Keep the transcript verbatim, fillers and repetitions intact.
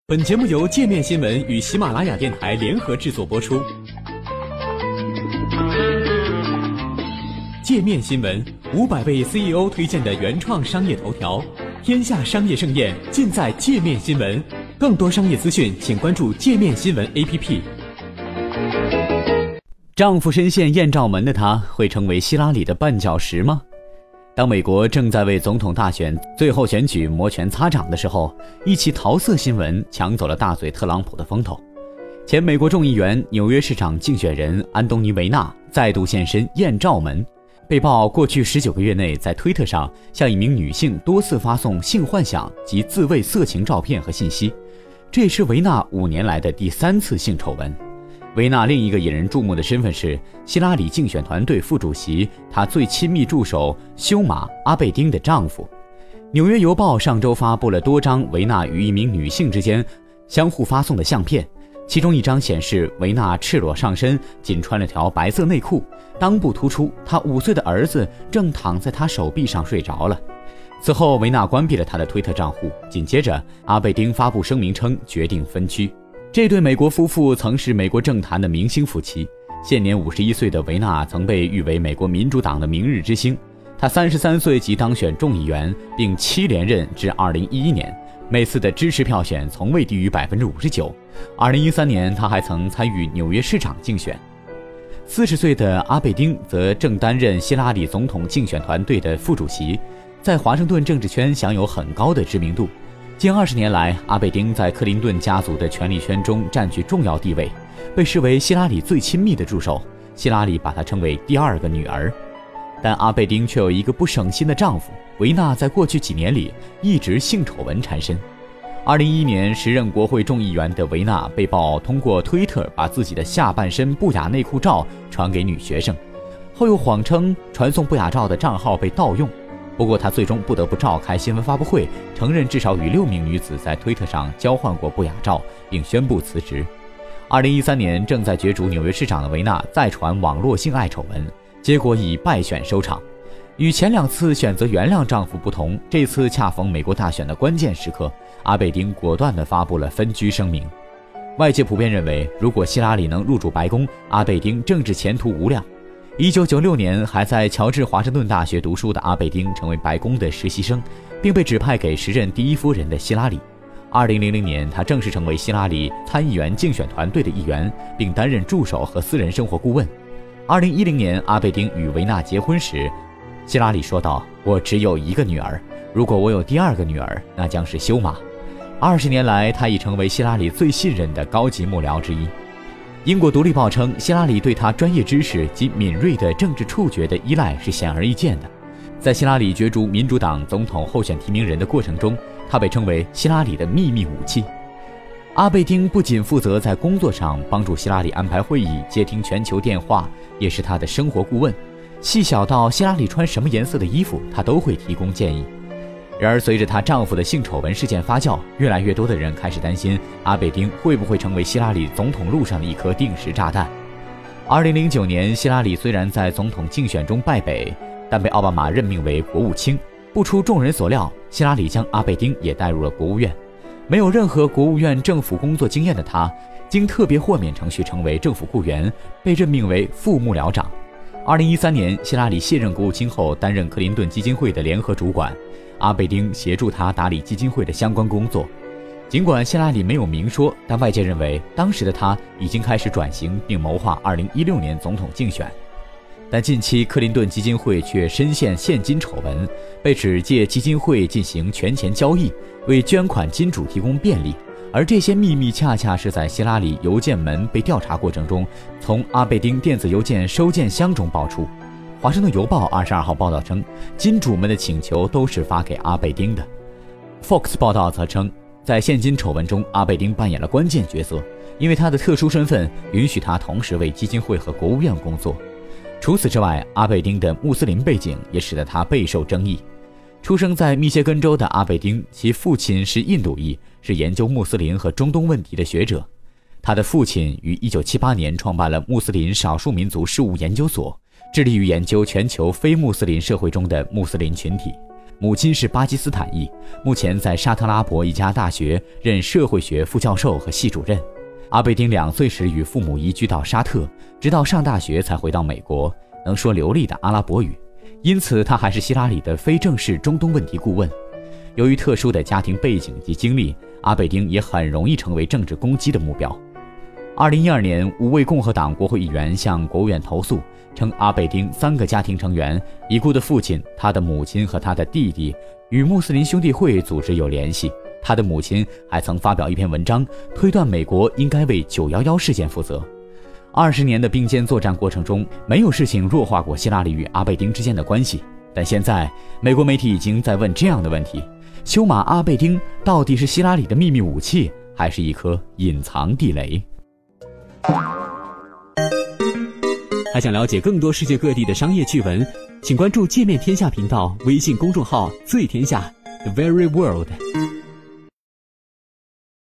本节目由界面新闻与喜马拉雅电台联合制作播出。界面新闻五百位 C E O 推荐的原创商业头条，天下商业盛宴尽在界面新闻。更多商业资讯，请关注界面新闻 A P P。丈夫深陷艳照门的她，会成为希拉里的绊脚石吗？当美国正在为总统大选最后选举摩拳擦掌的时候，一起桃色新闻抢走了大嘴特朗普的风头。前美国众议员、纽约市长竞选人安东尼·维纳再度现身艳照门，被曝过去十九个月内在推特上向一名女性多次发送性幻想及自慰色情照片和信息，这也是维纳五年来的第三次性丑闻。维纳另一个引人注目的身份是希拉里竞选团队副主席，她最亲密助手休玛·阿贝丁的丈夫。纽约邮报上周发布了多张维纳与一名女性之间相互发送的相片，其中一张显示维纳赤裸上身，仅穿了条白色内裤，裆部突出，她五岁的儿子正躺在她手臂上睡着了。此后维纳关闭了她的推特账户，紧接着阿贝丁发布声明称决定分居。这对美国夫妇曾是美国政坛的明星夫妻，现年五十一岁的维纳曾被誉为美国民主党的明日之星。他三十三岁即当选众议员，并七连任至二零一一年，每次的支持票选从未低于百分之五十九。二零一三年，他还曾参与纽约市长竞选。四十岁的阿贝丁则正担任希拉里总统竞选团队的副主席，在华盛顿政治圈享有很高的知名度。近二十年来，阿贝丁在克林顿家族的权力圈中占据重要地位，被视为希拉里最亲密的助手。希拉里把她称为第二个女儿。但阿贝丁却有一个不省心的丈夫，维纳在过去几年里一直性丑闻缠身。二零一一年，时任国会众议员的维纳被曝通过推特把自己的下半身不雅内裤照传给女学生，后又谎称传送不雅照的账号被盗用。不过他最终不得不召开新闻发布会，承认至少与六名女子在推特上交换过不雅照，并宣布辞职。二零一三年，正在角逐纽约市长的维纳再传网络性爱丑闻，结果以败选收场。与前两次选择原谅丈夫不同，这次恰逢美国大选的关键时刻，阿贝丁果断地发布了分居声明。外界普遍认为，如果希拉里能入主白宫，阿贝丁政治前途无量。一九九六年，还在乔治华盛顿大学读书的阿贝丁成为白宫的实习生，并被指派给时任第一夫人的希拉里。二零零零年，他正式成为希拉里参议员竞选团队的一员，并担任助手和私人生活顾问。二零一零年，阿贝丁与维纳结婚时，希拉里说道：“我只有一个女儿，如果我有第二个女儿，那将是休玛。”二十年来，他已成为希拉里最信任的高级幕僚之一。英国独立报称，希拉里对他专业知识及敏锐的政治触觉的依赖是显而易见的。在希拉里角逐民主党总统候选提名人的过程中，他被称为希拉里的秘密武器。阿贝丁不仅负责在工作上帮助希拉里安排会议、接听全球电话，也是他的生活顾问，细小到希拉里穿什么颜色的衣服，他都会提供建议。然而，随着她丈夫的性丑闻事件发酵，越来越多的人开始担心阿贝丁会不会成为希拉里总统路上的一颗定时炸弹。二零零九年，希拉里虽然在总统竞选中败北，但被奥巴马任命为国务卿。不出众人所料，希拉里将阿贝丁也带入了国务院。没有任何国务院政府工作经验的他，经特别豁免程序成为政府雇员，被任命为副幕僚长。二零一三年，希拉里卸任国务卿后，担任克林顿基金会的联合主管。阿贝丁协助他打理基金会的相关工作。尽管希拉里没有明说，但外界认为当时的他已经开始转型，并谋划二零一六年总统竞选。但近期克林顿基金会却深陷现金丑闻，被指借基金会进行权钱交易，为捐款金主提供便利。而这些秘密恰恰是在希拉里邮件门被调查过程中，从阿贝丁电子邮件收件箱中爆出。华盛顿邮报二十二号报道称，金主们的请求都是发给阿贝丁的。Fox 报道则称，在现金丑闻中，阿贝丁扮演了关键角色，因为他的特殊身份允许他同时为基金会和国务院工作。除此之外，阿贝丁的穆斯林背景也使得他备受争议。出生在密歇根州的阿贝丁，其父亲是印度裔，是研究穆斯林和中东问题的学者。他的父亲于一九七八年创办了穆斯林少数民族事务研究所，致力于研究全球非穆斯林社会中的穆斯林群体。 母亲是巴基斯坦裔，目前在沙特拉伯一家大学任社会学副教授和系主任。阿贝丁两岁时与父母移居到沙特，直到上大学才回到美国，能说流利的阿拉伯语，因此他还是希拉里的非正式中东问题顾问。由于特殊的家庭背景及经历，阿贝丁也很容易成为政治攻击的目标。二零一二年，五位共和党国会议员向国务院投诉，称阿贝丁三个家庭成员已故的父亲、他的母亲和他的弟弟与穆斯林兄弟会组织有联系。他的母亲还曾发表一篇文章，推断美国应该为九一一事件负责。二十年的并肩作战过程中，没有事情弱化过希拉里与阿贝丁之间的关系。但现在，美国媒体已经在问这样的问题：休马阿贝丁到底是希拉里的秘密武器，还是一颗隐藏地雷？还想了解更多世界各地的商业趣闻，请关注界面天下频道微信公众号“最天下 The Very World”。